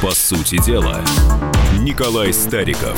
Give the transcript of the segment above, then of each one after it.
По сути дела, Николай Стариков.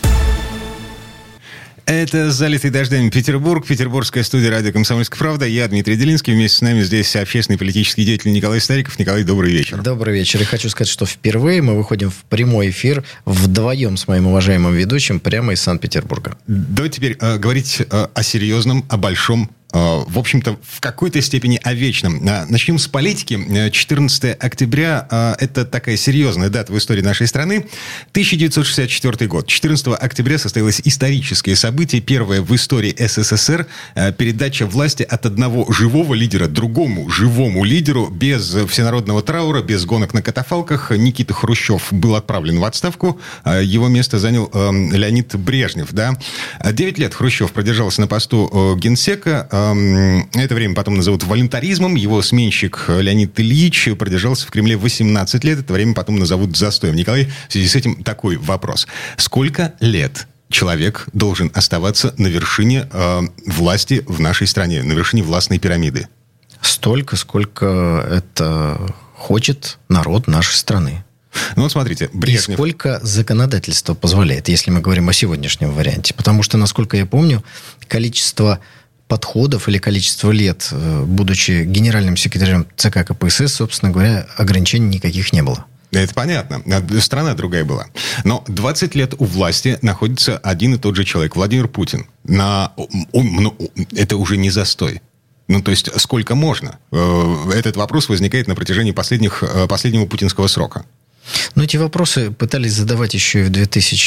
Это «Залитый дождями Петербург», петербургская студия радио «Комсомольская правда». Я Дмитрий Делинский. Вместе с нами здесь общественный политический деятель Николай Стариков. Николай, добрый вечер. Добрый вечер. И хочу сказать, что впервые мы выходим в прямой эфир вдвоем с моим уважаемым ведущим прямо из Санкт-Петербурга. Давайте теперь говорить о серьезном, о большом, в общем-то, в какой-то степени о вечном. Начнем с политики. 14 октября – это такая серьезная дата в истории нашей страны. 1964 год. 14 октября состоялось историческое событие, первое в истории СССР. Передача власти от одного живого лидера другому живому лидеру, без всенародного траура, без гонок на катафалках. Никита Хрущев был отправлен в отставку. Его место занял Леонид Брежнев. Да? 9 лет Хрущев продержался на посту генсека. Это время потом назовут волюнтаризмом. Его сменщик Леонид Ильич продержался в Кремле 18 лет. Это время потом назовут застоем. Николай, в связи с этим такой вопрос. Сколько лет человек должен оставаться на вершине власти в нашей стране, на вершине властной пирамиды? Столько, сколько это хочет народ нашей страны. Ну вот смотрите, Брежнев... И сколько законодательство позволяет, если мы говорим о сегодняшнем варианте. Потому что, насколько я помню, количество подходов или количество лет, будучи генеральным секретарем ЦК КПСС, собственно говоря, ограничений никаких не было. Это понятно. Страна другая была. Но 20 лет у власти находится один и тот же человек, Владимир Путин. Это уже не застой. Ну, то есть, сколько можно? Этот вопрос возникает на протяжении последнего путинского срока. Но эти вопросы пытались задавать еще и в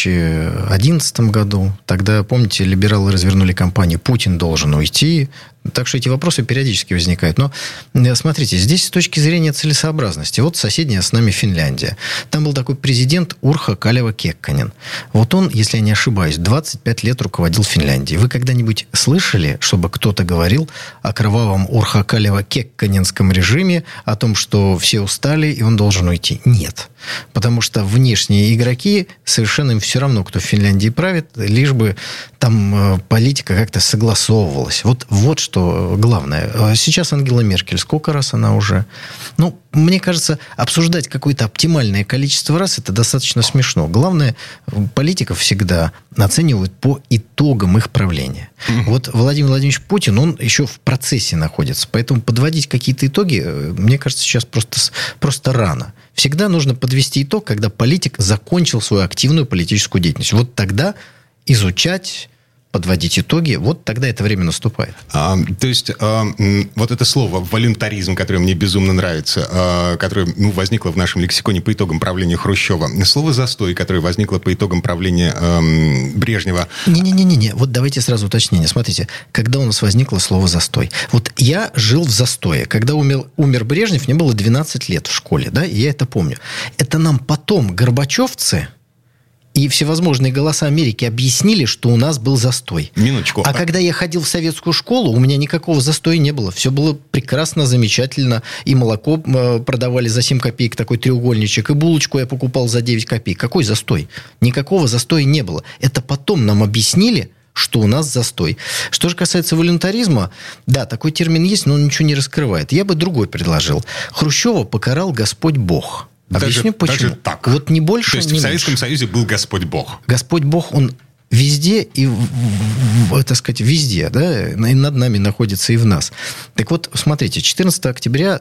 2011 году. Тогда, помните, либералы развернули кампанию «Путин должен уйти». Так что эти вопросы периодически возникают. Но смотрите, здесь с точки зрения целесообразности. Вот соседняя с нами Финляндия. Там был такой президент Урха Калева-Кекконен. Вот он, если я не ошибаюсь, 25 лет руководил Финляндией. Вы когда-нибудь слышали, чтобы кто-то говорил о кровавом Урха Калева-Кекконенском режиме, о том, что все устали и он должен уйти? Нет. Потому что внешние игроки, совершенно им все равно, кто в Финляндии правит, лишь бы там политика как-то согласовывалась. Вот что главное. Сейчас Ангела Меркель, сколько раз она уже... Ну, мне кажется, обсуждать какое-то оптимальное количество раз, это достаточно смешно. Главное, политиков всегда оценивают по итогам их правления. Вот Владимир Владимирович Путин, он еще в процессе находится. Поэтому подводить какие-то итоги, мне кажется, сейчас просто рано. Всегда нужно подвести итог, когда политик закончил свою активную политическую деятельность. Вот тогда изучать, подводить итоги, вот тогда это время наступает. То есть, вот это слово «волюнтаризм», которое мне безумно нравится, которое возникло в нашем лексиконе по итогам правления Хрущева, слово «застой», которое возникло по итогам правления Брежнева. Не-не-не, вот давайте сразу уточнение. Смотрите, когда у нас возникло слово «застой». Вот я жил в застое. Когда умер Брежнев, мне было 12 лет в школе, да, и я это помню. Это нам потом горбачевцы и всевозможные голоса Америки объяснили, что у нас был застой. Минуточку. А когда я ходил в советскую школу, у меня никакого застоя не было. Все было прекрасно, замечательно. И молоко продавали за 7 копеек, такой треугольничек. И булочку я покупал за 9 копеек. Какой застой? Никакого застоя не было. Это потом нам объяснили, что у нас застой. Что же касается волюнтаризма, да, такой термин есть, но он ничего не раскрывает. Я бы другой предложил. Хрущева покарал Господь Бог. Объясню, почему. Даже так. Вот не больше, то есть не в Советском меньше. Союзе был Господь Бог. Господь Бог, он везде и, так сказать, везде, да, и над нами находится и в нас. Так вот, смотрите, 14 октября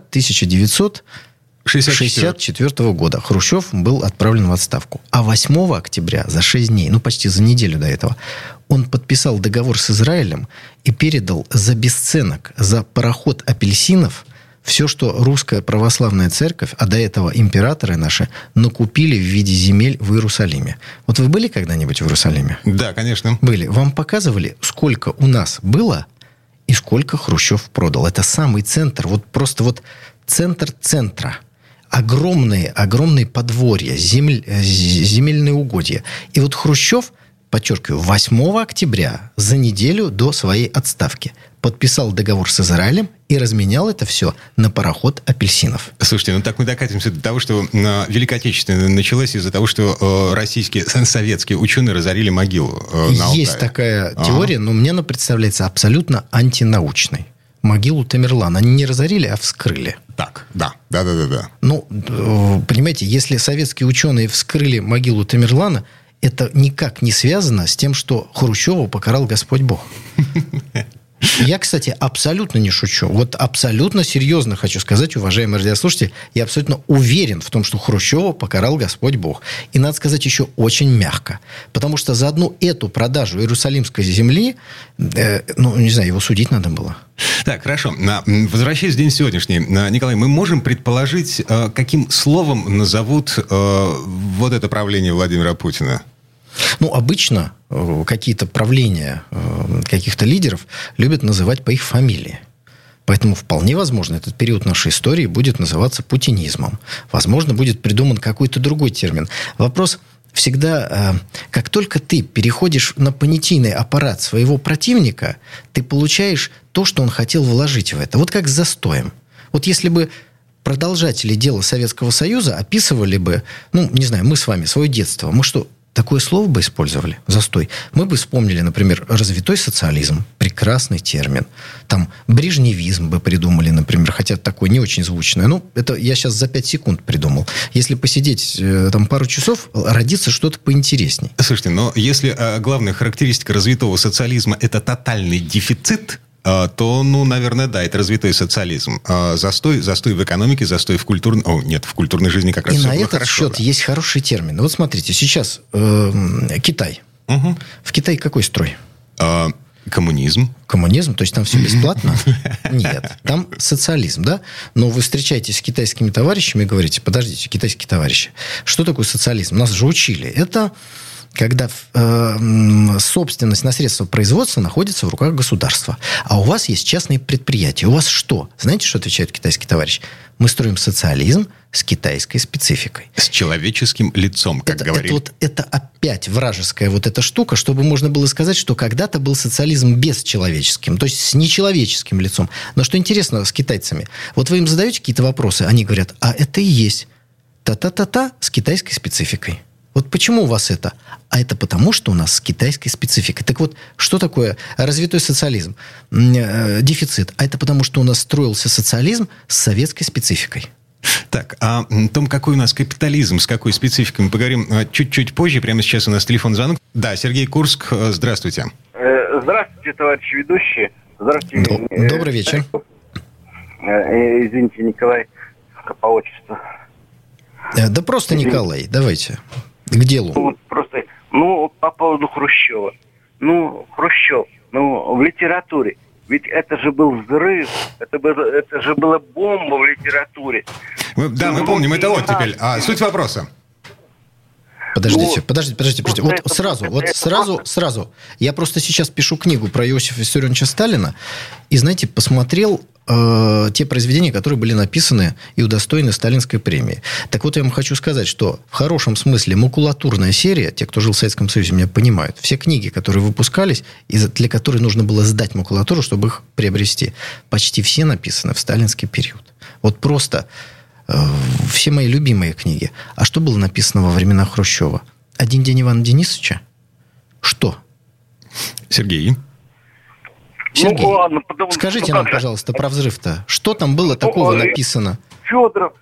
1964 года Хрущев был отправлен в отставку. А 8 октября, за 6 дней, почти за неделю до этого, он подписал договор с Израилем и передал за бесценок, за пароход апельсинов, все, что русская православная церковь, а до этого императоры наши, накупили в виде земель в Иерусалиме. Вот вы были когда-нибудь в Иерусалиме? Да, конечно. Были. Вам показывали, сколько у нас было и сколько Хрущев продал. Это самый центр, вот просто вот центр центра. Огромные подворья, земельные угодья. И вот Хрущев, подчеркиваю, 8 октября, за неделю до своей отставки, подписал договор с Израилем и разменял это все на пароход апельсинов. Слушайте, так мы докатимся до того, что Великая Отечественная началась из-за того, что российские, советские ученые разорили могилу на Алтае. Есть такая теория, но мне она представляется абсолютно антинаучной. могилу Тамерлана. Они не разорили, а вскрыли. Так, да. Ну, понимаете, если советские ученые вскрыли могилу Тамерлана, это никак не связано с тем, что Хрущева покарал Господь Бог. Я, кстати, абсолютно не шучу. Вот абсолютно серьезно хочу сказать, уважаемые радиослушатели, я абсолютно уверен в том, что Хрущева покарал Господь Бог. И, надо сказать, еще очень мягко. Потому что за одну эту продажу Иерусалимской земли, не знаю, его судить надо было. Так, хорошо. Возвращаясь в день сегодняшний, Николай, мы можем предположить, каким словом назовут вот это правление Владимира Путина? Ну, обычно какие-то правления каких-то лидеров любят называть по их фамилии. Поэтому вполне возможно, этот период нашей истории будет называться путинизмом. Возможно, будет придуман какой-то другой термин. Вопрос всегда, как только ты переходишь на понятийный аппарат своего противника, ты получаешь то, что он хотел вложить в это. Вот как с застоем. Вот если бы продолжатели дела Советского Союза описывали бы, не знаю, мы с вами, свое детство, мы что, такое слово бы использовали? Застой. Мы бы вспомнили, например, развитой социализм. Прекрасный термин. Там брежневизм бы придумали, например. Хотя такое не очень звучное. Это я сейчас за 5 секунд придумал. Если посидеть там пару часов, родится что-то поинтересней. Слушайте, но если главная характеристика развитого социализма – это тотальный дефицит, то, наверное, да, это развитой социализм. Застой в экономике, застой в культурной... в культурной жизни как раз все было хорошо. И на этот счет есть хороший термин. Вот смотрите, сейчас Китай. Угу. В Китае какой строй? Коммунизм. Коммунизм? То есть там все бесплатно? Нет. Там социализм, да? Но вы встречаетесь с китайскими товарищами и говорите, подождите, китайские товарищи, что такое социализм? Нас же учили. Это когда собственность на средства производства находится в руках государства. А у вас есть частные предприятия. У вас что? Знаете, что отвечает китайский товарищ? Мы строим социализм с китайской спецификой. С человеческим лицом, как говорили. Это опять вражеская вот эта штука, чтобы можно было сказать, что когда-то был социализм бесчеловеческим, то есть с нечеловеческим лицом. Но что интересно с китайцами? Вот вы им задаете какие-то вопросы, они говорят, а это и есть та-та-та-та с китайской спецификой. Вот почему у вас это? А это потому, что у нас с китайской спецификой. Так вот, что такое развитой социализм? Дефицит. А это потому, что у нас строился социализм с советской спецификой. Так, о том, какой у нас капитализм, с какой спецификой, мы поговорим чуть-чуть позже. Прямо сейчас у нас телефонный звонок. Да, Сергей Курск, здравствуйте. Здравствуйте, товарищи ведущие. Здравствуйте. Добрый вечер. Извините, Николай, по отчеству. Да просто Николай, давайте. К делу. По поводу Хрущева. Хрущев, в литературе. Ведь это же был взрыв, это же была бомба в литературе. Мы помним, это оттепель. А суть вопроса? Подождите. Сразу. Я просто сейчас пишу книгу про Иосифа Виссарионовича Сталина, и, знаете, посмотрел те произведения, которые были написаны и удостоены Сталинской премии. Так вот, я вам хочу сказать, что в хорошем смысле макулатурная серия, те, кто жил в Советском Союзе, меня понимают, все книги, которые выпускались, и для которых нужно было сдать макулатуру, чтобы их приобрести, почти все написаны в сталинский период. Вот просто все мои любимые книги. А что было написано во времена Хрущева? «Один день Ивана Денисовича»? Что? Сергей, скажите нам, пожалуйста, про взрыв-то. Что там было такого написано? Федоров,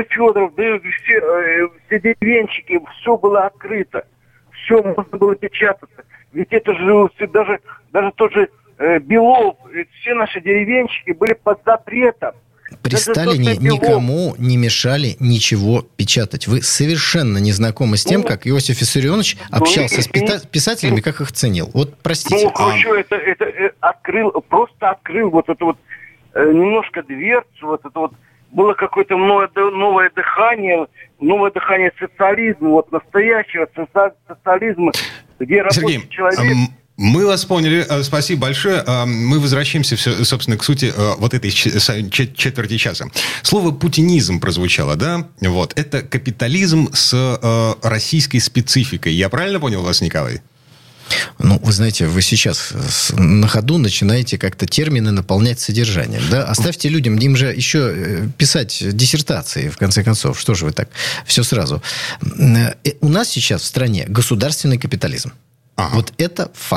все деревенщики, все было открыто. Все можно было печататься. Ведь это же даже тот же Белов, все наши деревенщики были под запретом. При Сталине никому не мешали ничего печатать. Вы совершенно не знакомы с тем, как Иосиф Виссарионович общался с писателями, как их ценил. Вот, простите. Хрущев это открыл вот это вот немножко дверцу, было какое-то новое дыхание социализма, настоящего социализма, где рабочий человек... Мы вас поняли. Спасибо большое. Мы возвращаемся, собственно, к сути вот этой четверти часа. Слово «путинизм» прозвучало, да? Это капитализм с российской спецификой. Я правильно понял вас, Николай? Вы знаете, вы сейчас на ходу начинаете как-то термины наполнять содержанием. Да? Оставьте людям, им же еще писать диссертации, в конце концов. Что же вы так? Все сразу. У нас сейчас в стране государственный капитализм. Ага. Вот это факт.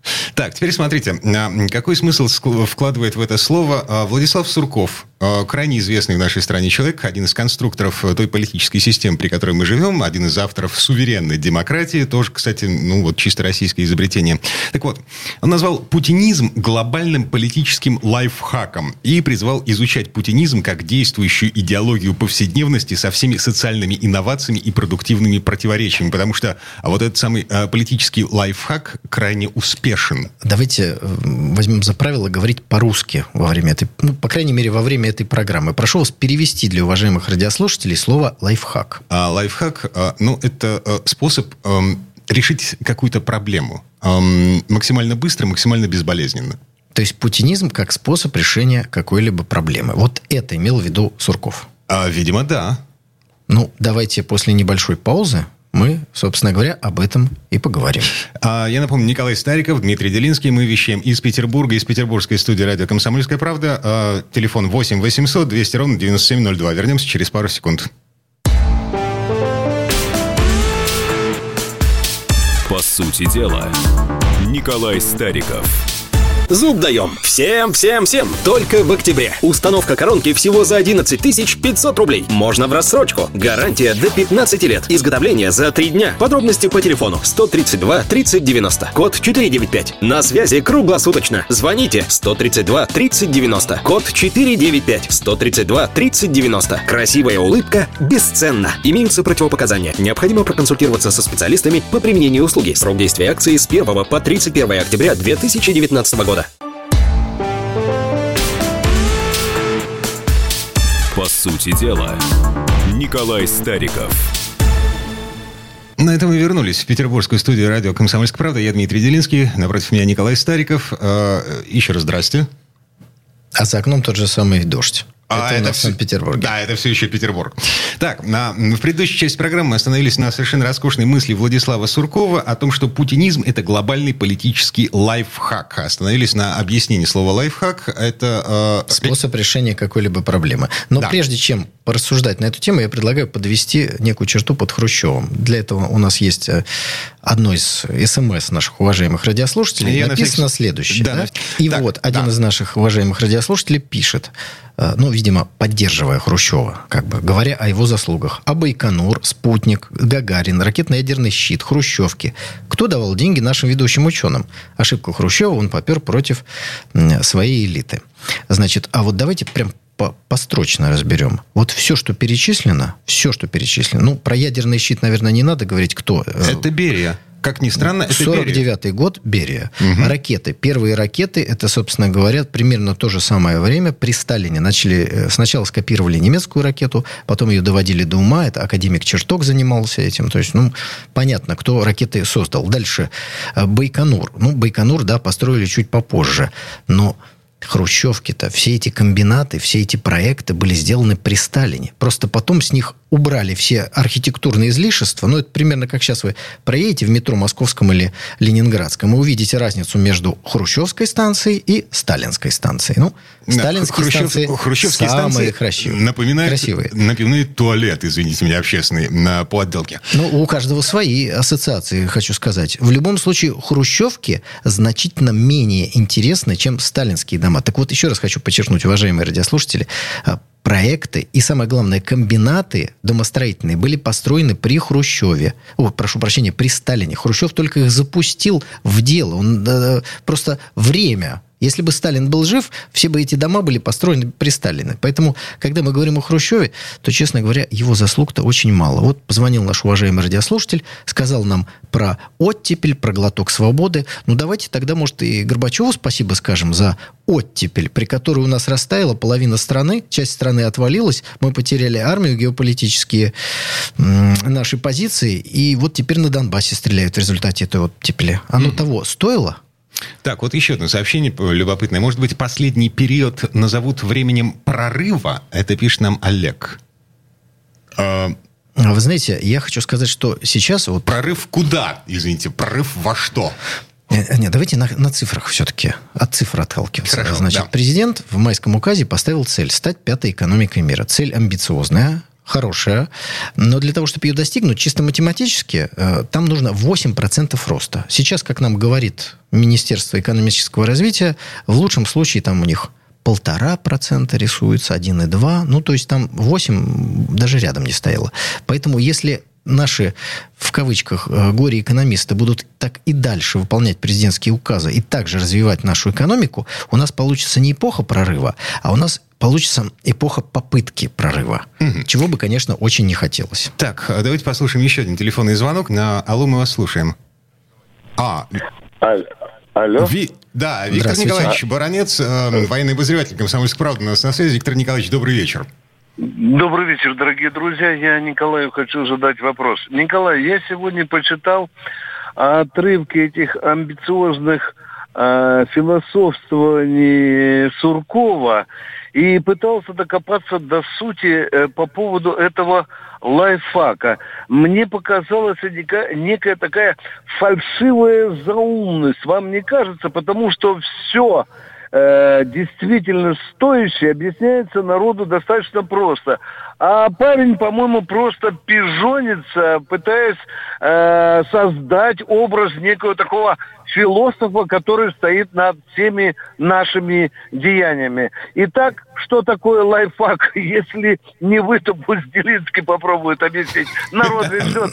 Так, теперь смотрите, какой смысл вкладывает в это слово Владислав Сурков, крайне известный в нашей стране человек, один из конструкторов той политической системы, при которой мы живем, один из авторов суверенной демократии, тоже, кстати, чисто российское изобретение. Так вот, он назвал путинизм глобальным политическим лайфхаком и призвал изучать путинизм как действующую идеологию повседневности со всеми социальными инновациями и продуктивными противоречиями, потому что вот этот самый политический лайфхак крайне успешен. Давайте возьмем за правило говорить по-русски во время этой, по крайней мере, во время этой программы. Прошу вас перевести для уважаемых радиослушателей слово «лайфхак». Лайфхак, это способ решить какую-то проблему максимально быстро, максимально безболезненно. То есть путинизм как способ решения какой-либо проблемы. Вот это имел в виду Сурков. Видимо, да. Давайте после небольшой паузы мы, собственно говоря, об этом и поговорим. Я напомню, Николай Стариков, Дмитрий Делинский. Мы вещаем из Петербурга, из петербургской студии радио «Комсомольская правда». Телефон 8 800 200 ровно 9702. Вернемся через пару секунд. По сути дела, Николай Стариков. Зуб даем. Всем. Только в октябре. Установка коронки всего за 11 500 рублей. Можно в рассрочку. Гарантия до 15 лет. Изготовление за 3 дня. Подробности по телефону 132 30 90. Код 495. На связи круглосуточно. Звоните 132 30 90. Код 495. 132 30 90. Красивая улыбка бесценна. Имеются противопоказания. Необходимо проконсультироваться со специалистами по применению услуги. Срок действия акции с 1 по 31 октября 2019 года. По сути дела, Николай Стариков. На этом мы вернулись в петербургскую студию радио «Комсомольская правда». Я Дмитрий Делинский. Напротив меня Николай Стариков. Еще раз здрасте. А за окном тот же самый дождь. Это у нас в Санкт-Петербурге. Да, это все еще Петербург. Так, в предыдущей части программы мы остановились на совершенно роскошной мысли Владислава Суркова о том, что путинизм – это глобальный политический лайфхак. Остановились на объяснении слова «лайфхак». Это способ решения какой-либо проблемы. Но прежде чем порассуждать на эту тему, я предлагаю подвести некую черту под Хрущевым. Для этого у нас есть одно из СМС наших уважаемых радиослушателей. Написано следующее. Да? И вот один из наших уважаемых радиослушателей пишет, видимо, поддерживая Хрущева, говоря о его заслугах. А Байконур, Спутник, Гагарин, ракетно-ядерный щит, хрущевки. Кто давал деньги нашим ведущим ученым? Ошибку Хрущева он попер против своей элиты. Значит, а вот давайте прям построчно разберем. Вот все, что перечислено, про ядерный щит, наверное, не надо говорить, кто. Это Берия. Как ни странно, это 49-й год, Берия. Угу. Ракеты. Первые ракеты, это, собственно говоря, примерно то же самое время при Сталине. Сначала скопировали немецкую ракету, потом ее доводили до ума. Это академик Черток занимался этим. То есть, понятно, кто ракеты создал. Дальше. Байконур. Байконур, построили чуть попозже. Но хрущевки-то, все эти комбинаты, все эти проекты были сделаны при Сталине. Просто потом с них убрали все архитектурные излишества. Это примерно как сейчас вы проедете в метро московском или ленинградском и увидите разницу между хрущевской станцией и сталинской станцией. Сталинские хрущевские самые станции красивые. Напоминают туалет, извините меня, общественный, по отделке. У каждого свои ассоциации, хочу сказать. В любом случае, хрущевки значительно менее интересны, чем сталинские дома. Так вот, еще раз хочу подчеркнуть, уважаемые радиослушатели, проекты и, самое главное, комбинаты домостроительные были построены при Хрущеве. При Сталине. Хрущев только их запустил в дело. Он просто время. Если бы Сталин был жив, все бы эти дома были построены при Сталине. Поэтому, когда мы говорим о Хрущеве, то, честно говоря, его заслуг-то очень мало. Вот позвонил наш уважаемый радиослушатель, сказал нам про оттепель, про глоток свободы. Давайте тогда, может, и Горбачеву спасибо скажем за оттепель, при которой у нас растаяла половина страны, часть страны отвалилась, мы потеряли армию, геополитические наши позиции, и вот теперь на Донбассе стреляют в результате этой оттепели. Оно того стоило? Так, вот еще одно сообщение любопытное. Может быть, последний период назовут временем прорыва? Это пишет нам Олег. Вы знаете, я хочу сказать, что сейчас... Прорыв куда? Извините, прорыв во что? Нет, давайте на цифрах все-таки. От цифр отталкиваться. Хорошо, президент в майском указе поставил цель стать пятой экономикой мира. Цель амбициозная. хорошая, но для того, чтобы ее достигнуть, чисто математически, там нужно 8% роста. Сейчас, как нам говорит Министерство экономического развития, в лучшем случае там у них 1,5% рисуется, 1,2%. Ну, то есть там 8% даже рядом не стояло. Поэтому если наши, в кавычках, горе-экономисты будут так и дальше выполнять президентские указы и также развивать нашу экономику, у нас получится не эпоха прорыва, а у нас получится эпоха попытки прорыва. Чего бы, конечно, очень не хотелось. Так, давайте послушаем еще один телефонный звонок. Алло, мы вас слушаем. Алло? Да, Виктор Николаевич Баранец, военный обозреватель «Комсомольской правды» у нас на связи. Виктор Николаевич, добрый вечер. Добрый вечер, дорогие друзья. Я Николаю хочу задать вопрос. Николай, я сегодня почитал отрывки этих амбициозных философствований Суркова и пытался докопаться до сути по поводу этого лайфхака. Мне показалась некая такая фальшивая заумность. Вам не кажется? Потому что все действительно стоящее объясняется народу достаточно просто. А парень, по-моему, просто пижонится, пытаясь создать образ некого такого философа, который стоит над всеми нашими деяниями. Итак, что такое лайфхак? Если не вы, то пусть Делинский попробует объяснить. Народ ведет.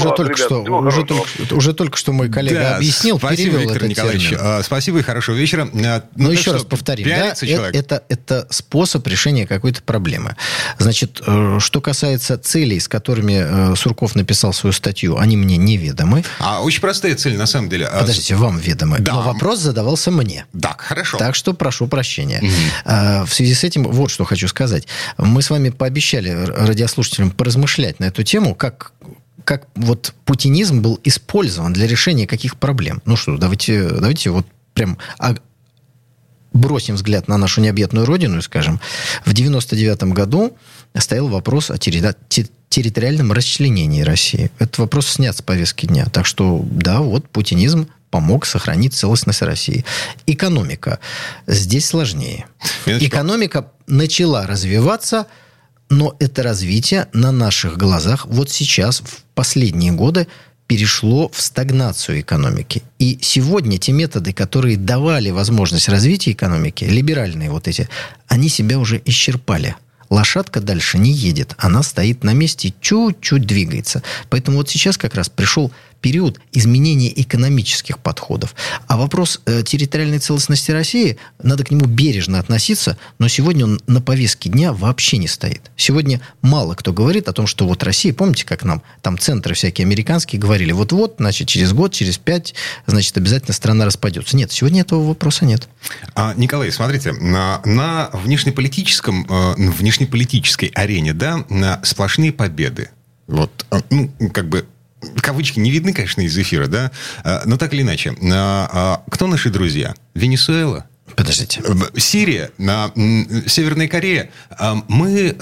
Уже только что мой коллега объяснил, перевел Виктор Николаевич. Спасибо и хорошего вечера. Ну, еще раз повторим. Это способ решения какой-то проблемы. Значит, что касается целей, с которыми Сурков написал свою статью, они мне неведомы. Очень простая цель, на самом деле. Подождите, вам ведомы. Да. Но вопрос задавался мне. Так, хорошо. Так что прошу прощения. В связи с этим вот что хочу сказать. Мы с вами пообещали радиослушателям поразмышлять на эту тему, как вот путинизм был использован для решения каких проблем. Ну что, давайте вот прям бросим взгляд на нашу необъятную родину и скажем, в 1999 году стоял вопрос о территориальном расчленении России. Этот вопрос снят с повестки дня. Так что, да, вот путинизм помог сохранить целостность России. Экономика. Здесь сложнее. Экономика начала развиваться, но это развитие на наших глазах вот сейчас, в последние годы, перешло в стагнацию экономики. И сегодня те методы, которые давали возможность развития экономики, либеральные вот эти, они себя уже исчерпали. Лошадка дальше не едет. Она стоит на месте и чуть-чуть двигается. Поэтому вот сейчас как раз пришел период изменения экономических подходов. А вопрос территориальной целостности России, надо к нему бережно относиться, но сегодня он на повестке дня вообще не стоит. Сегодня мало кто говорит о том, что вот Россия, помните, как нам там центры всякие американские говорили, вот-вот, значит, через год, через 5, значит, обязательно страна распадется. Нет, сегодня этого вопроса нет. Николай, смотрите, на внешнеполитической арене, да, сплошные победы. Вот, кавычки не видны, конечно, из эфира, да? Но так или иначе. Кто наши друзья? Венесуэла? Подождите. Сирия, Северная Корея. Мы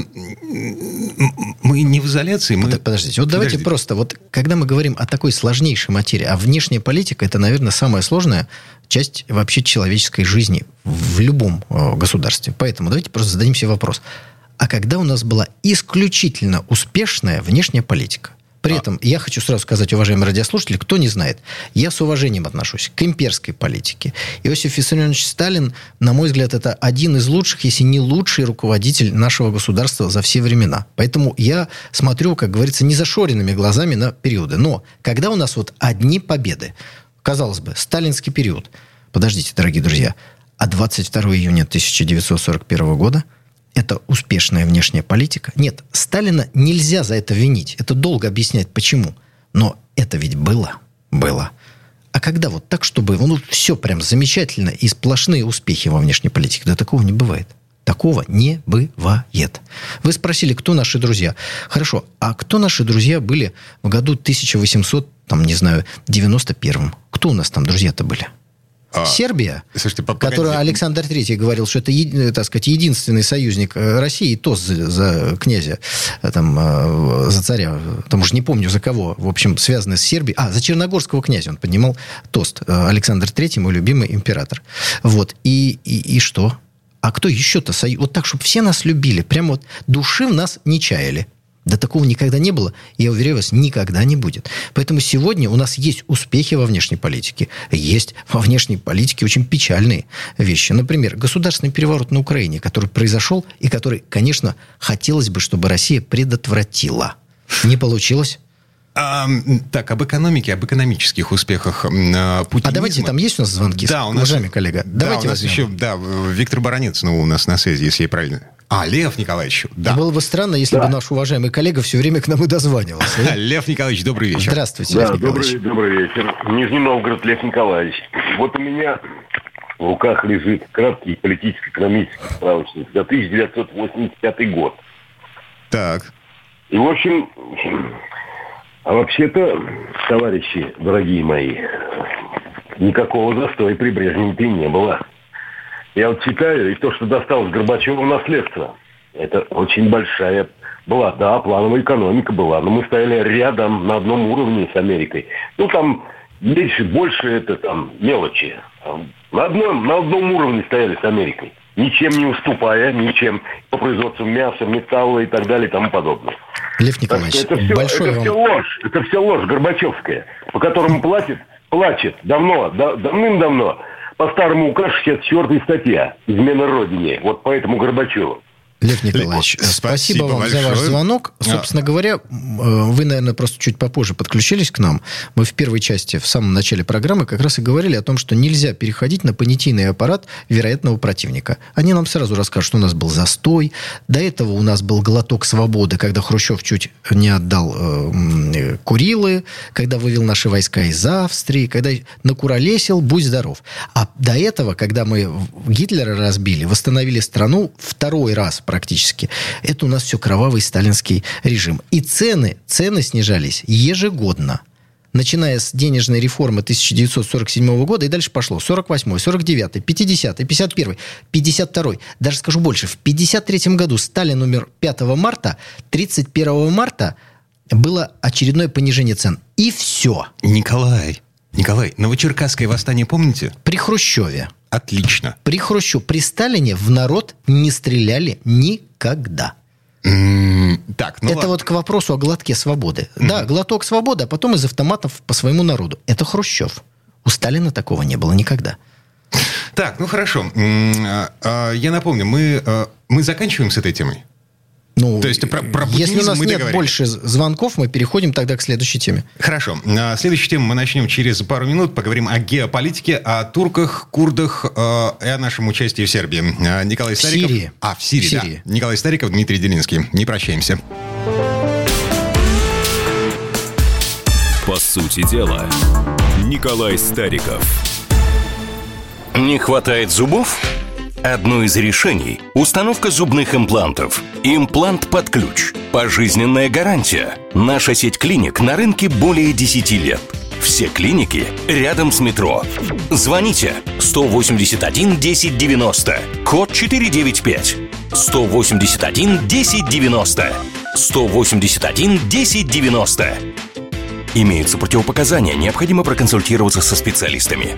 не в изоляции. Подождите. Вот давайте просто, вот когда мы говорим о такой сложнейшей материи, а внешняя политика, это, наверное, самая сложная часть вообще человеческой жизни в любом государстве. Поэтому давайте просто зададим себе вопрос. А когда у нас была исключительно успешная внешняя политика? При этом я хочу сразу сказать, уважаемые радиослушатели, кто не знает, я с уважением отношусь к имперской политике. Иосиф Виссарионович Сталин, на мой взгляд, это один из лучших, если не лучший руководитель нашего государства за все времена. Поэтому я смотрю, как говорится, незашоренными глазами на периоды. Но когда у нас вот одни победы, казалось бы, сталинский период, подождите, дорогие друзья, а 22 июня 1941 года это успешная внешняя политика. Нет, Сталина нельзя за это винить. Это долго объяснять, почему. Но это ведь было. А когда вот так, чтобы все прям замечательно и сплошные успехи во внешней политике, да такого не бывает. Такого не бывает. Вы спросили, кто наши друзья. Хорошо, а кто наши друзья были в году 1891? Кто у нас там друзья-то были? Сербия, слушайте, которую Александр III говорил, что это, так сказать, единственный союзник России, тост за князя, за царя, там уж не помню за кого, в общем, связанный с Сербией. За черногорского князя он поднимал тост. Александр III, мой любимый император. Вот. И что? А кто еще-то? Вот так, чтобы все нас любили. Прямо вот души в нас не чаяли. Да такого никогда не было. И я уверяю вас, никогда не будет. Поэтому сегодня у нас есть успехи во внешней политике. Есть во внешней политике очень печальные вещи. Например, государственный переворот на Украине, который произошел и который, конечно, хотелось бы, чтобы Россия предотвратила. Не получилось. Так, об экономике, об экономических успехах путинизма. А давайте, там есть у нас звонки? Да, у нас, уважаемый коллега. Давайте у нас еще, Виктор Баранец, у нас на связи, если я правильно... Лев Николаевич, да. Было бы странно, если бы наш уважаемый коллега все время к нам и дозванивался. Лев Николаевич, добрый вечер. Здравствуйте, Лев Николаевич. Добрый вечер. Нижний Новгород, Лев Николаевич. Вот у меня в руках лежит краткий политическо-экономический справочник за 1985 год. Так. И, в общем, вообще-то, товарищи, дорогие мои, никакого застоя при Брежневе не было. Я вот читаю, и то, что досталось Горбачеву в наследство, это очень большая была. Да, плановая экономика была, но мы стояли рядом на одном уровне с Америкой. Там меньше, больше это там мелочи. На одном уровне стояли с Америкой. Ничем не уступая, ничем по производству мяса, металла и так далее и тому подобное. Лев Николаевич, это все ложь. Это все ложь горбачевская, по которому плачет давным-давно. По старому указ 64-я статья «Измена Родине». Вот поэтому Горбачеву. Лев Николаевич, спасибо вам большое за ваш звонок. Собственно говоря, вы, наверное, просто чуть попозже подключились к нам. Мы в первой части, в самом начале программы, как раз и говорили о том, что нельзя переходить на понятийный аппарат вероятного противника. Они нам сразу расскажут, что у нас был застой. До этого у нас был глоток свободы, когда Хрущев чуть не отдал Курилы, когда вывел наши войска из Австрии, когда накуролесил, будь здоров. А до этого, когда мы Гитлера разбили, восстановили страну второй раз практически. Это у нас все кровавый сталинский режим. И цены снижались ежегодно. Начиная с денежной реформы 1947 года и дальше пошло. 48-й, 49-й, 50-й, 51-й, 52-й. Даже скажу больше. В 53-м году Сталин умер 5 марта. 31 марта было очередное понижение цен. И все. Николай, Новочеркасское восстание помните? При Хрущеве. Отлично. При Сталине в народ не стреляли никогда. Так, это ладно. Вот к вопросу о глотке свободы. Да, глоток свободы, а потом из автоматов по своему народу. Это Хрущев. У Сталина такого не было никогда. Так, хорошо. Я напомню, мы заканчиваем с этой темой? То есть про если у нас нет больше звонков, мы переходим тогда к следующей теме. Хорошо. Следующую тему мы начнем через пару минут. Поговорим о геополитике, о турках, курдах и о нашем участии в Сербии. Николай Стариков. В Сирии. Да. Николай Стариков, Дмитрий Делинский. Не прощаемся. По сути дела, Николай Стариков. Не хватает зубов? Одно из решений – установка зубных имплантов. Имплант под ключ. Пожизненная гарантия. Наша сеть клиник на рынке более 10 лет. Все клиники рядом с метро. Звоните 181 1090, код 495. 181 1090. 181 1090. Имеются противопоказания, необходимо проконсультироваться со специалистами.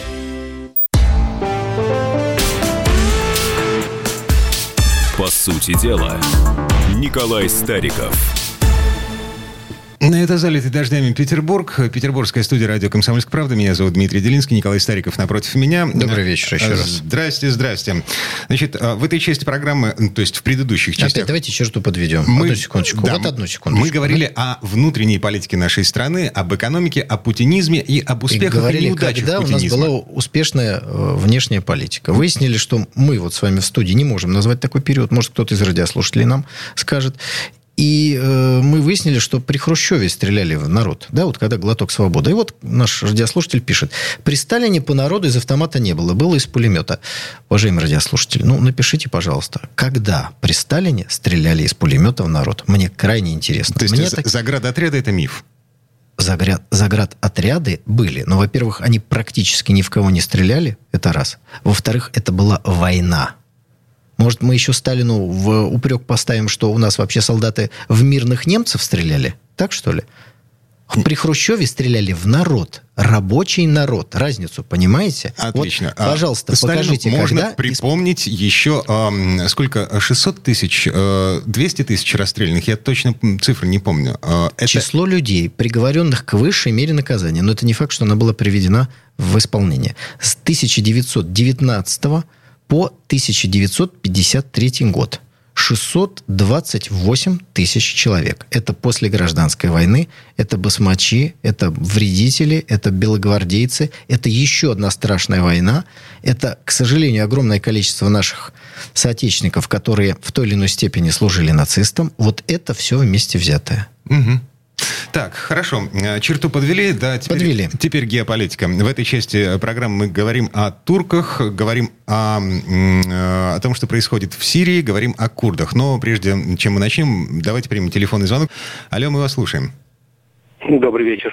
По сути дела, Николай Стариков. Это залитый дождями Петербург. Петербургская студия радио «Комсомольская правда». Меня зовут Дмитрий Делинский, Николай Стариков напротив меня. Добрый вечер еще раз. Здрасте. Значит, в этой части программы, то есть в предыдущих частях... Опять давайте черту подведем. Одну секундочку. Мы говорили о внутренней политике нашей страны, об экономике, о путинизме и об успехах и неудачах когда путинизма. У нас была успешная внешняя политика. Выяснили, что мы вот с вами в студии не можем назвать такой период. Может, кто-то из радиослушателей нам скажет. И мы выяснили, что при Хрущеве стреляли в народ. Да, вот когда глоток свободы. И вот наш радиослушатель пишет. При Сталине по народу из автомата не было. Было из пулемета. Уважаемый радиослушатель, напишите, пожалуйста, когда при Сталине стреляли из пулемета в народ? Мне крайне интересно. То есть заградотряды – это миф? Заградотряды были. Но, во-первых, они практически ни в кого не стреляли. Это раз. Во-вторых, это была война. Может, мы еще Сталину в упрек поставим, что у нас вообще солдаты в мирных немцев стреляли? Так, что ли? При Хрущеве стреляли в народ. Рабочий народ. Разницу, понимаете? Отлично. Вот, пожалуйста, покажите, можно когда... припомнить еще сколько? 600 тысяч, 200 тысяч расстрелянных? Я точно цифры не помню. Число людей, приговоренных к высшей мере наказания. Но это не факт, что она была приведена в исполнение. С 1919 по 1953 год. 628 тысяч человек. Это после гражданской войны, это басмачи, это вредители, это белогвардейцы, это еще одна страшная война. Это, к сожалению, огромное количество наших соотечественников, которые в той или иной степени служили нацистам. Вот это все вместе взятое. Угу. Так, хорошо. Черту подвели, да? Подвели. Теперь геополитика. В этой части программы мы говорим о турках, говорим о том, что происходит в Сирии, говорим о курдах. Но прежде чем мы начнем, давайте примем телефонный звонок. Алло, мы вас слушаем. Добрый вечер.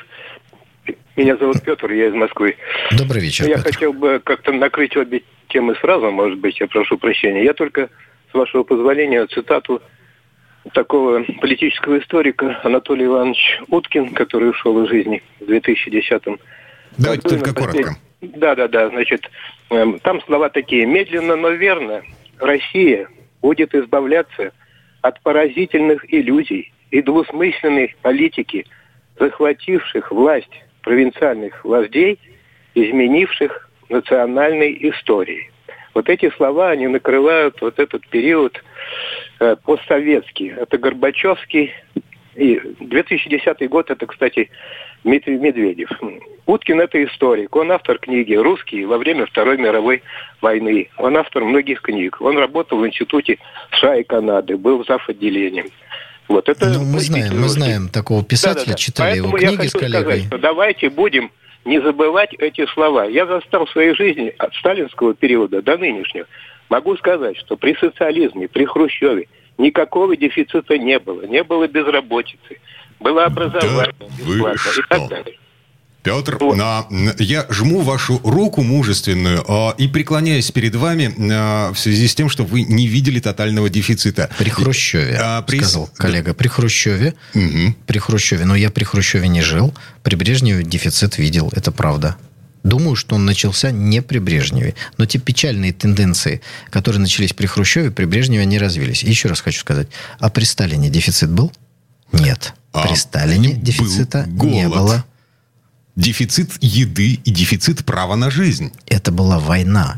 Меня зовут Петр, я из Москвы. Добрый вечер, Я Петр. хотел бы как-то накрыть обе темы сразу, может быть, я прошу прощения. Я только, с вашего позволения, цитату такого политического историка Анатолий Иванович Уткин, который ушел из жизни в 2010-м. Давайте только коротко. Да. Значит, там слова такие. «Медленно, но верно Россия будет избавляться от поразительных иллюзий и двусмысленной политики, захвативших власть провинциальных вождей, изменивших национальной истории». Вот эти слова, они накрывают вот этот период постсоветский. Это Горбачевский. И 2010 год, это, кстати, Дмитрий Медведев. Уткин – это историк. Он автор книги «Русские во время Второй мировой войны». Он автор многих книг. Он работал в Институте США и Канады, был зав.отделением. Вот это мы знаем такого писателя, читали Поэтому его книги с коллегой. Сказать, что давайте будем не забывать эти слова. Я застал в своей жизни от сталинского периода до нынешнего. Могу сказать, что при социализме, при Хрущеве никакого дефицита не было. Не было безработицы. Было образование бесплатно и так далее. Петр, я жму вашу руку мужественную и преклоняюсь перед вами в связи с тем, что вы не видели тотального дефицита. При Хрущеве, сказал коллега. При Хрущеве. Угу. При Хрущеве. Но я при Хрущеве не жил. При Брежневе дефицит видел. Это правда. Думаю, что он начался не при Брежневе. Но те печальные тенденции, которые начались при Хрущеве, при Брежневе, они развились. И еще раз хочу сказать. А при Сталине дефицит был? Нет. При Сталине дефицита не было. Дефицит еды и дефицит права на жизнь. Это была война.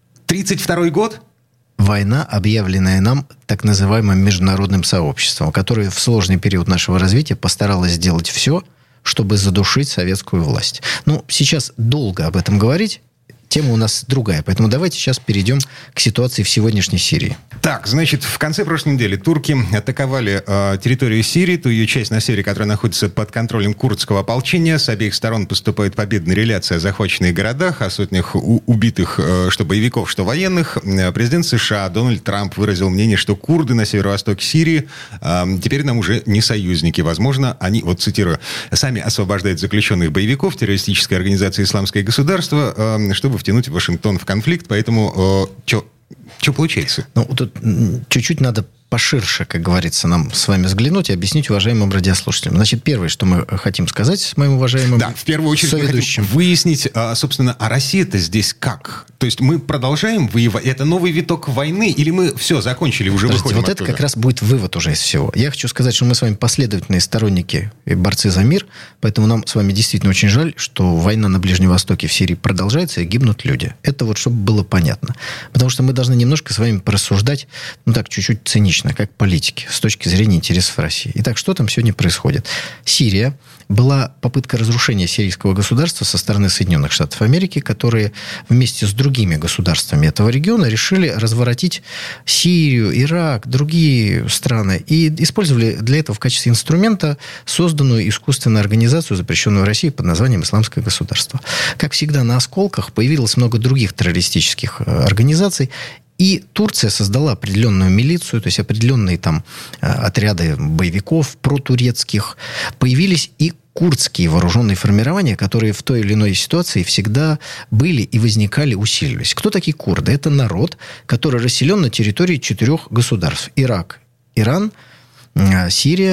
1932 год? Война, объявленная нам так называемым международным сообществом, которое в сложный период нашего развития постаралось сделать все, чтобы задушить советскую власть. Ну, сейчас долго об этом говорить. Тема у нас другая. Поэтому давайте сейчас перейдем к ситуации в сегодняшней Сирии. Так, значит, в конце прошлой недели турки атаковали территорию Сирии, ту ее часть на севере, которая находится под контролем курдского ополчения. С обеих сторон поступают победные реляции о захваченных городах, о сотнях убитых что боевиков, что военных. Президент США Дональд Трамп выразил мнение, что курды на северо-востоке Сирии теперь нам уже не союзники. Возможно, они, вот цитирую, сами освобождают заключенных боевиков террористической организации «Исламское государство», чтобы втянуть Вашингтон в конфликт. Поэтому что получается? Ну, тут чуть-чуть надо поширше, как говорится, нам с вами взглянуть и объяснить уважаемым радиослушателям. Значит, первое, что мы хотим сказать с моим уважаемым соведущим. Да, в первую очередь мы хотим выяснить, собственно, а Россия-то здесь как? То есть мы продолжаем воевать? Это новый виток войны? Или мы все, закончили, уже выходим вот оттуда? Это как раз будет вывод уже из всего. Я хочу сказать, что мы с вами последовательные сторонники и борцы за мир, поэтому нам с вами действительно очень жаль, что война на Ближнем Востоке в Сирии продолжается и гибнут люди. Это вот чтобы было понятно. Потому что мы должны немножко с вами порассуждать, ну так, чуть-чуть цинично, как политики, с точки зрения интересов России. Итак, что там сегодня происходит? Сирия. Была попытка разрушения сирийского государства со стороны Соединенных Штатов Америки, которые вместе с другими государствами этого региона решили разворотить Сирию, Ирак, другие страны и использовали для этого в качестве инструмента созданную искусственную организацию, запрещенную в России под названием «Исламское государство». Как всегда, на осколках появилось много других террористических организаций. И Турция создала определенную милицию, то есть определенные там отряды боевиков протурецких. Появились и курдские вооруженные формирования, которые в той или иной ситуации всегда были и возникали, усиливались. Кто такие курды? Это народ, который расселен на территории 4 государств. Ирак, Иран, Сирия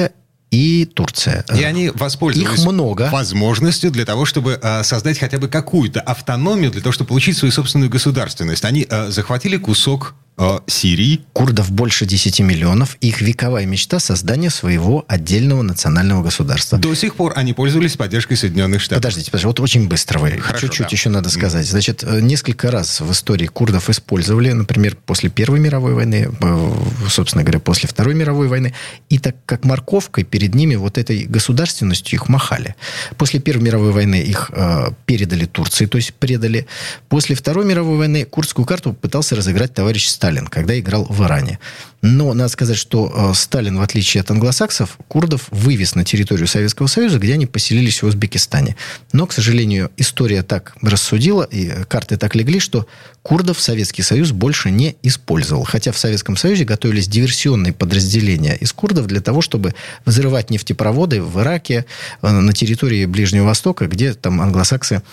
и Турция. И они воспользовались Их много. возможностью для того, чтобы создать хотя бы какую-то автономию, для того, чтобы получить свою собственную государственность. Они захватили кусок Сирии. Курдов больше 10 миллионов. Их вековая мечта — создание своего отдельного национального государства. До сих пор они пользовались поддержкой Соединенных Штатов. Подождите, вот очень быстро вы. Хорошо, чуть-чуть да. еще надо сказать. Значит, несколько раз в истории курдов использовали, например, после Первой мировой войны, собственно говоря, после Второй мировой войны, и так как морковкой перед ними вот этой государственностью их махали. После Первой мировой войны их передали Турции, то есть предали. После Второй мировой войны курдскую карту пытался разыграть товарищ Сталин, когда играл в Иране. Но надо сказать, что Сталин, в отличие от англосаксов, курдов вывез на территорию Советского Союза, где они поселились в Узбекистане. Но, к сожалению, история так рассудила, и карты так легли, что курдов Советский Союз больше не использовал. Хотя в Советском Союзе готовились диверсионные подразделения из курдов для того, чтобы взрывать нефтепроводы в Ираке, на территории Ближнего Востока, где там англосаксы,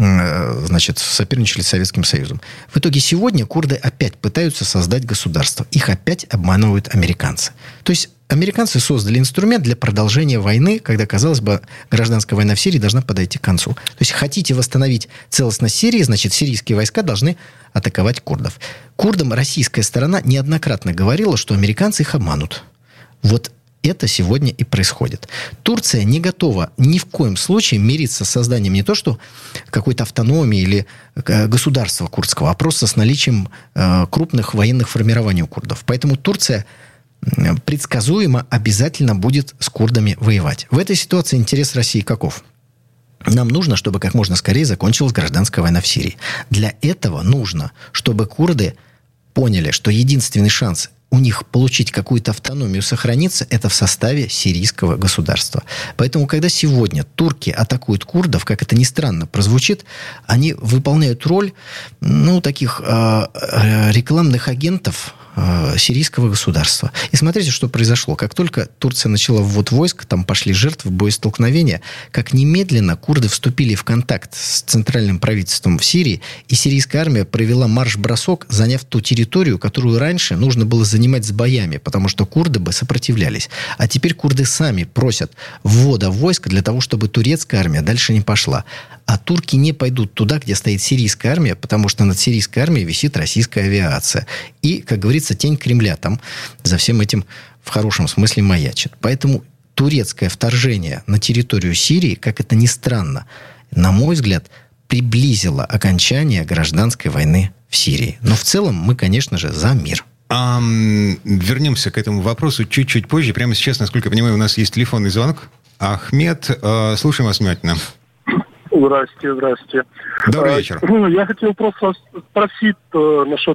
значит, соперничали с Советским Союзом. В итоге сегодня курды опять пытаются создать государство. Их опять обманывают американцы. То есть американцы создали инструмент для продолжения войны, когда, казалось бы, гражданская война в Сирии должна подойти к концу. То есть хотите восстановить целостность Сирии, значит, сирийские войска должны атаковать курдов. Курдам российская сторона неоднократно говорила, что американцы их обманут. Вот это сегодня и происходит. Турция не готова ни в коем случае мириться с созданием не то что какой-то автономии или государства курдского, а просто с наличием крупных военных формирований у курдов. Поэтому Турция предсказуемо обязательно будет с курдами воевать. В этой ситуации интерес России каков? Нам нужно, чтобы как можно скорее закончилась гражданская война в Сирии. Для этого нужно, чтобы курды поняли, что единственный шанс у них получить какую-то автономию, сохраниться, это в составе сирийского государства. Поэтому, когда сегодня турки атакуют курдов, как это ни странно прозвучит, они выполняют роль, таких рекламных агентов сирийского государства. И смотрите, что произошло. Как только Турция начала ввод войск, там пошли жертвы, боестолкновения, как немедленно курды вступили в контакт с центральным правительством в Сирии, и сирийская армия провела марш-бросок, заняв ту территорию, которую раньше нужно было занимать с боями, потому что курды бы сопротивлялись. А теперь курды сами просят ввода войск для того, чтобы турецкая армия дальше не пошла. А турки не пойдут туда, где стоит сирийская армия, потому что над сирийской армией висит российская авиация. И, как говорится, тень Кремля там за всем этим в хорошем смысле маячит. Поэтому турецкое вторжение на территорию Сирии, как это ни странно, на мой взгляд, приблизило окончание гражданской войны в Сирии. Но в целом мы, конечно же, за мир. Вернемся к этому вопросу чуть-чуть позже. Прямо сейчас, насколько я понимаю, у нас есть телефонный звонок. Ахмед, слушаем вас внимательно. Здравствуйте. Добрый вечер. Я хотел просто спросить насчет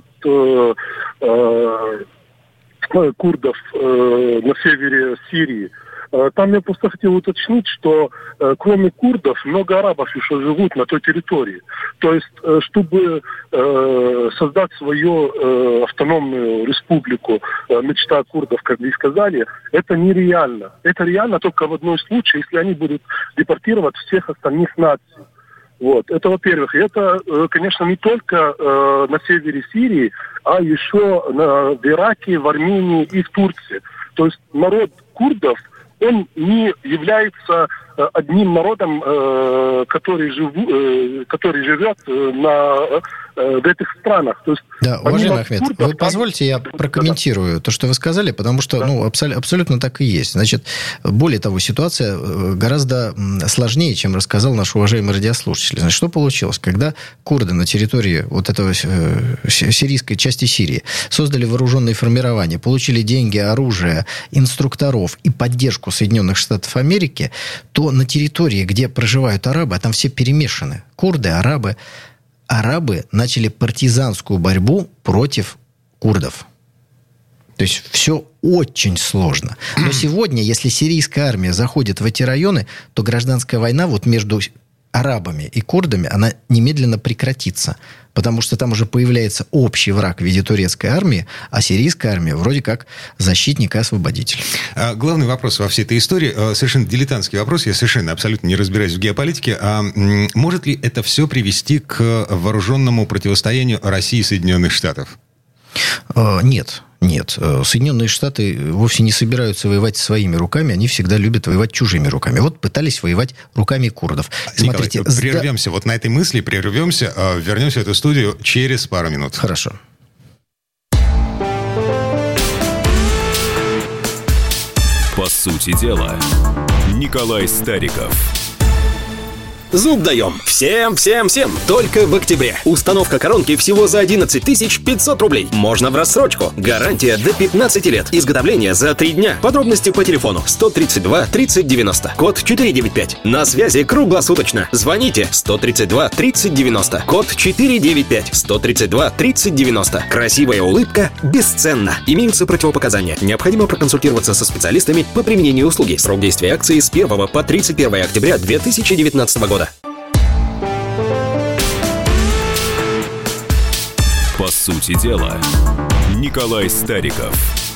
курдов на севере Сирии. Там я просто хотел уточнить, что кроме курдов много арабов еще живут на той территории. То есть, чтобы создать свою автономную республику, мечта курдов, как вы сказали, это нереально. Это реально только в одном случае, если они будут депортировать всех остальных наций. Вот. Это, во-первых. И это, конечно, не только на севере Сирии, а еще в Ираке, в Армении и в Турции. То есть народ курдов, он не является одним народом, который живет в этих странах. То есть, да, уважаемый Ахмед, вы позвольте, я прокомментирую то, что вы сказали, потому что абсолютно так и есть. Значит, более того, ситуация гораздо сложнее, чем рассказал наш уважаемый радиослушатель. Значит, что получилось? Когда курды на территории вот этого сирийской части Сирии создали вооруженные формирования, получили деньги, оружие, инструкторов и поддержку Соединенных Штатов Америки, то на территории, где проживают арабы, а там все перемешаны, курды, арабы начали партизанскую борьбу против курдов. То есть все очень сложно. Но сегодня, если сирийская армия заходит в эти районы, то гражданская война вот между арабами и курдами, она немедленно прекратится. Потому что там уже появляется общий враг в виде турецкой армии, а сирийская армия вроде как защитник и освободитель. Главный вопрос во всей этой истории, совершенно дилетантский вопрос, я совершенно абсолютно не разбираюсь в геополитике, может ли это все привести к вооруженному противостоянию России и Соединенных Штатов? Нет. Нет. Соединенные Штаты вовсе не собираются воевать своими руками, они всегда любят воевать чужими руками. Вот пытались воевать руками курдов. Смотрите, Николай, прервемся. Вот на этой мысли прервемся, вернемся в эту студию через пару минут. Хорошо. По сути дела, Николай Стариков. Зуб даем. Всем. Только в октябре. Установка коронки всего за 11 500 рублей. Можно в рассрочку. Гарантия до 15 лет. Изготовление за 3 дня. Подробности по телефону 132 30 90. Код 495. На связи круглосуточно. Звоните 132 30 90. Код 495. 132 30 90. Красивая улыбка бесценна. Имеются противопоказания. Необходимо проконсультироваться со специалистами по применению услуги. Срок действия акции с 1 по 31 октября 2019 года. По сути дела, Николай Стариков.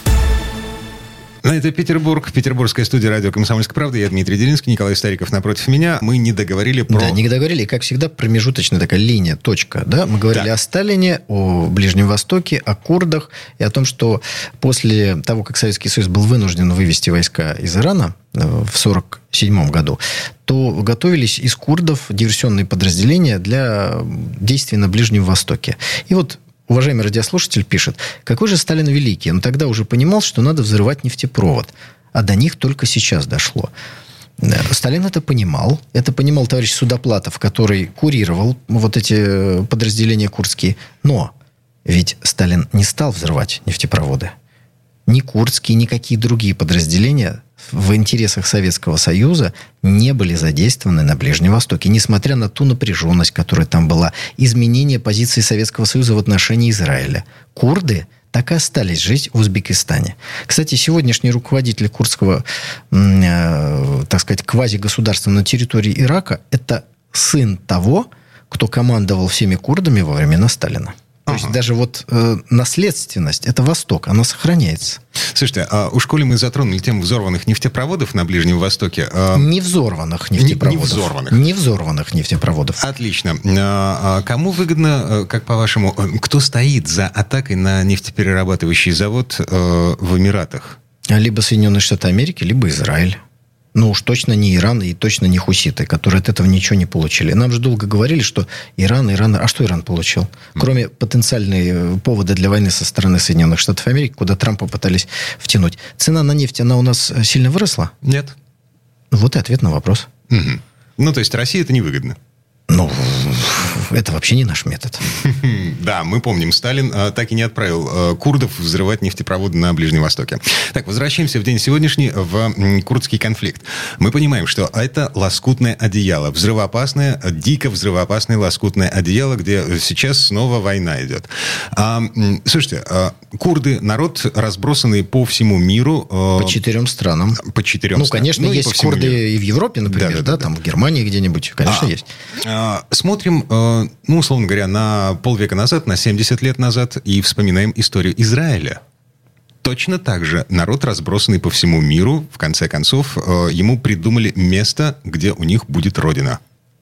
Это Петербург, петербургская студия радио «Комсомольская правда». Я Дмитрий Делинский, Николай Стариков напротив меня. Мы не договорили про... Да, не договорили. И, как всегда, промежуточная такая линия, точка. Да? Мы говорили о Сталине, о Ближнем Востоке, о курдах и о том, что после того, как Советский Союз был вынужден вывести войска из Ирана в 1947 году, то готовились из курдов диверсионные подразделения для действий на Ближнем Востоке. И вот уважаемый радиослушатель пишет: какой же Сталин великий? Он тогда уже понимал, что надо взрывать нефтепровод. А до них только сейчас дошло. Сталин это понимал. Это понимал товарищ Судоплатов, который курировал вот эти подразделения курдские. Но ведь Сталин не стал взрывать нефтепроводы. Ни курдские, ни какие другие подразделения в интересах Советского Союза не были задействованы на Ближнем Востоке, несмотря на ту напряженность, которая там была, изменение позиции Советского Союза в отношении Израиля. Курды так и остались жить в Узбекистане. Кстати, сегодняшний руководитель курдского, так сказать, квазигосударства на территории Ирака – это сын того, кто командовал всеми курдами во времена Сталина. То есть даже вот наследственность, это Восток, она сохраняется. Слушайте, уж коли мы затронули тему взорванных нефтепроводов на Ближнем Востоке... Не взорванных нефтепроводов. Не взорванных нефтепроводов. Отлично. Кому выгодно, как по-вашему, кто стоит за атакой на нефтеперерабатывающий завод в Эмиратах? Либо Соединенные Штаты Америки, либо Израиль. Ну уж точно не Иран и точно не хуситы, которые от этого ничего не получили. Нам же долго говорили, что Иран... А что Иран получил? Кроме потенциальной повода для войны со стороны Соединенных Штатов Америки, куда Трампа пытались втянуть. Цена на нефть, она у нас сильно выросла? Нет. Вот и ответ на вопрос. Угу. Ну, то есть России это невыгодно? Ну, это вообще не наш метод. Да, мы помним, Сталин так и не отправил курдов взрывать нефтепроводы на Ближнем Востоке. Так, возвращаемся в день сегодняшний, в курдский конфликт. Мы понимаем, что это лоскутное одеяло. Взрывоопасное, дико взрывоопасное лоскутное одеяло, где сейчас снова война идет. Слушайте, курды, народ, разбросанный по всему миру. По 4 странам. По 4 странам. Ну, конечно, есть курды миру. И в Европе, например, да, там в Германии где-нибудь, конечно, есть. Смотрим, ну, условно говоря, на полвека назад, на 70 лет назад, и вспоминаем историю Израиля. Точно так же народ, разбросанный по всему миру, в конце концов, ему придумали место, где у них будет родина.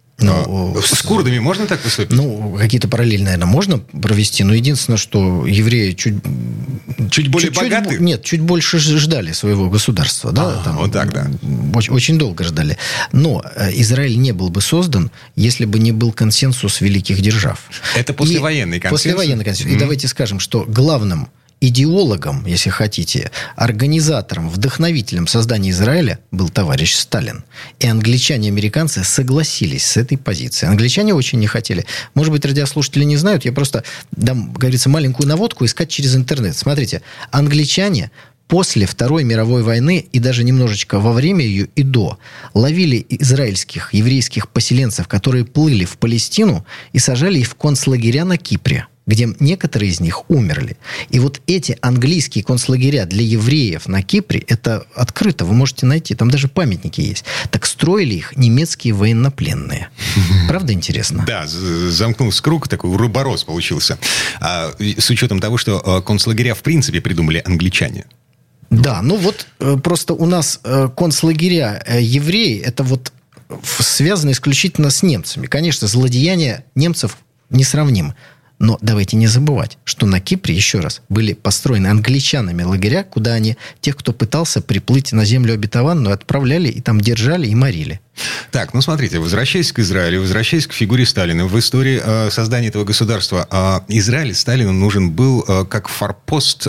С курдами можно так поступить? Ну, какие-то параллели, наверное, можно провести, но единственное, что евреи чуть более богаты? Нет, чуть больше ждали своего государства. Да? Там, вот так, да. Очень долго ждали. Но Израиль не был бы создан, если бы не был консенсус великих держав. Это послевоенный консенсус? Послевоенный консенсус. И давайте скажем, что главным идеологом, если хотите, организатором, вдохновителем создания Израиля был товарищ Сталин. И англичане и американцы согласились с этой позицией. Англичане очень не хотели. Может быть, радиослушатели не знают, я просто дам, как говорится, маленькую наводку искать через интернет. Смотрите, англичане после Второй мировой войны и даже немножечко во время ее и до ловили израильских, еврейских поселенцев, которые плыли в Палестину и сажали их в концлагеря на Кипре, где некоторые из них умерли. И вот эти английские концлагеря для евреев на Кипре, это открыто, вы можете найти, там даже памятники есть. Так строили их немецкие военнопленные. Правда интересно? Да, замкнулся круг, такой уроборос получился. С учетом того, что концлагеря в принципе придумали англичане. Да, ну вот просто у нас концлагеря евреи, это вот связано исключительно с немцами. Конечно, злодеяния немцев несравнимы. Но давайте не забывать, что на Кипре, еще раз, были построены англичанами лагеря, куда они тех, кто пытался приплыть на землю обетованную, отправляли и там держали и морили. Так, ну смотрите, возвращаясь к Израилю, возвращаясь к фигуре Сталина, в истории создания этого государства Израиль Сталину нужен был как форпост,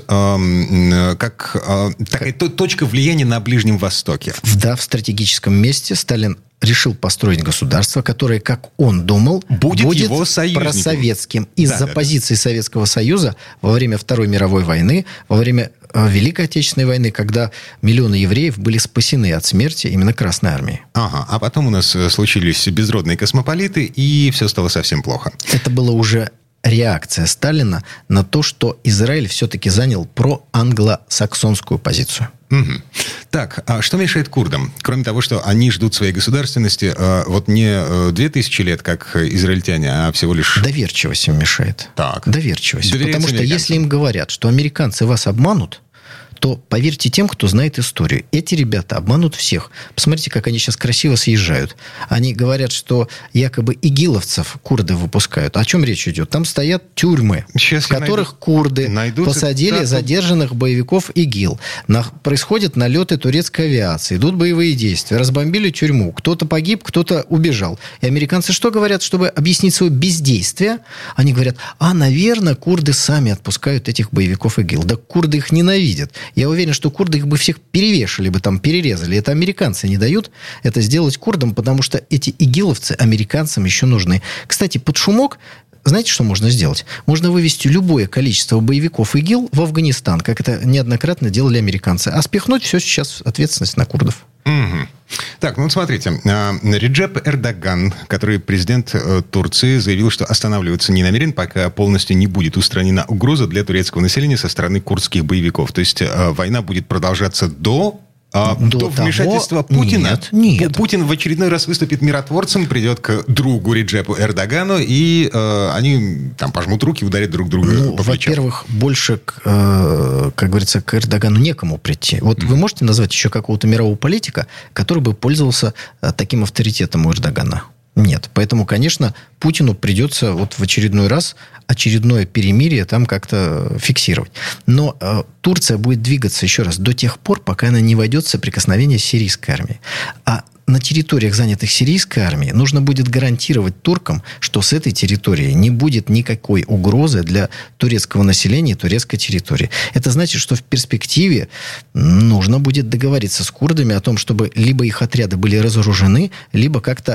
как такая точка влияния на Ближнем Востоке. Да, в стратегическом месте Сталин решил построить государство, которое, как он думал, будет его просоветским. Из-за позиции Советского Союза во время Второй мировой войны, во время Великой Отечественной войны, когда миллионы евреев были спасены от смерти именно Красной Армией. Ага, а потом у нас случились безродные космополиты, и все стало совсем плохо. Это было уже реакция Сталина на то, что Израиль все-таки занял проанглосаксонскую позицию. Угу. Так, а что мешает курдам? Кроме того, что они ждут своей государственности вот не 2000 лет, как израильтяне, а всего лишь... Доверчивость им мешает. Так. Доверчивость. Потому что если им говорят, что американцы вас обманут, то поверьте тем, кто знает историю. Эти ребята обманут всех. Посмотрите, как они сейчас красиво съезжают. Они говорят, что якобы игиловцев курды выпускают. О чем речь идет? Там стоят тюрьмы, в которых курды посадили задержанных боевиков ИГИЛ. Происходят налеты турецкой авиации. Идут боевые действия. Разбомбили тюрьму. Кто-то погиб, кто-то убежал. И американцы что говорят, чтобы объяснить свое бездействие? Они говорят, наверное, курды сами отпускают этих боевиков ИГИЛ. Да курды их ненавидят. Я уверен, что курды их бы всех перевешали бы, там, перерезали. Это американцы не дают это сделать курдам, потому что эти игиловцы американцам еще нужны. Кстати, под шумок, знаете, что можно сделать? Можно вывести любое количество боевиков ИГИЛ в Афганистан, как это неоднократно делали американцы, а спихнуть все сейчас ответственность на курдов. Угу. Так, ну вот смотрите. Реджеп Эрдоган, который президент Турции, заявил, что останавливаться не намерен, пока полностью не будет устранена угроза для турецкого населения со стороны курдских боевиков. То есть война будет продолжаться до вмешательства Путина? Нет. Путин в очередной раз выступит миротворцем, придет к другу Реджепу Эрдогану, и они там пожмут руки, ударят друг друга по плечам. Во-первых, больше, как говорится, к Эрдогану некому прийти. Вот вы можете назвать еще какого-то мирового политика, который бы пользовался таким авторитетом у Эрдогана? Нет. Поэтому, конечно, Путину придется вот в очередной раз очередное перемирие там как-то фиксировать. Но Турция будет двигаться, еще раз, до тех пор, пока она не войдет в соприкосновение с сирийской армией. А на территориях, занятых сирийской армией, нужно будет гарантировать туркам, что с этой территории не будет никакой угрозы для турецкого населения и турецкой территории. Это значит, что в перспективе нужно будет договориться с курдами о том, чтобы либо их отряды были разоружены, либо как-то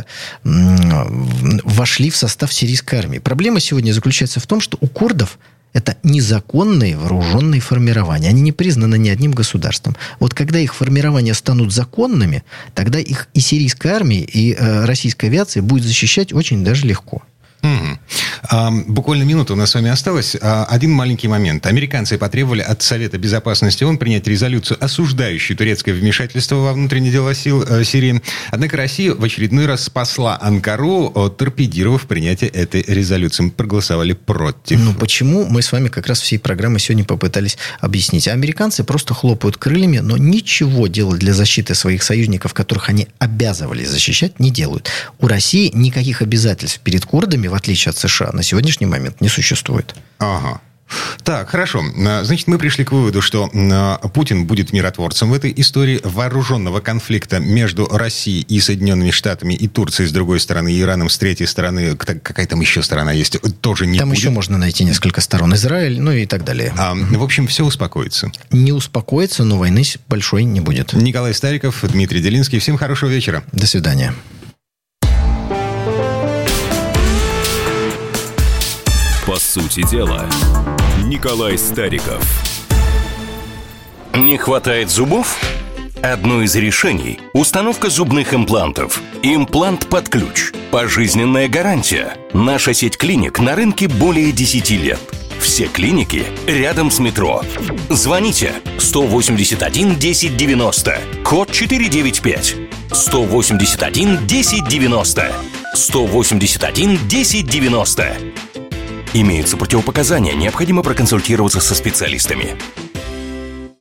вошли в состав сирийской армии. Проблема сегодня заключается в том, что у курдов это незаконные вооруженные формирования. Они не признаны ни одним государством. Вот когда их формирования станут законными, тогда их и сирийская армия, и российская авиация будет защищать очень даже легко. Буквально минута у нас с вами осталось. Один маленький момент. Американцы потребовали от Совета Безопасности ООН принять резолюцию, осуждающую турецкое вмешательство во внутренние дела сил Сирии. Однако Россия в очередной раз спасла Анкару, торпедировав принятие этой резолюции. Мы проголосовали против. Ну, почему? Мы с вами как раз всей программы сегодня попытались объяснить. А американцы просто хлопают крыльями, но ничего делать для защиты своих союзников, которых они обязывались защищать, не делают. У России никаких обязательств перед курдами, в отличие от США, на сегодняшний момент не существует. Ага. Так, хорошо. Значит, мы пришли к выводу, что Путин будет миротворцем в этой истории вооруженного конфликта между Россией и Соединенными Штатами и Турцией с другой стороны, и Ираном с третьей стороны. Какая там еще сторона есть? Тоже не там будет. Еще можно найти несколько сторон. Израиль, ну и так далее. В общем, все успокоится. Не успокоится, но войны большой не будет. Николай Стариков, Дмитрий Делинский. Всем хорошего вечера. До свидания. По сути дела, Николай Стариков. Не хватает зубов? Одно из решений – установка зубных имплантов. Имплант под ключ. Пожизненная гарантия. Наша сеть клиник на рынке более 10 лет. Все клиники рядом с метро. Звоните 181 1090, код 495. 181 1090. 181 1090. Имеются противопоказания, необходимо проконсультироваться со специалистами.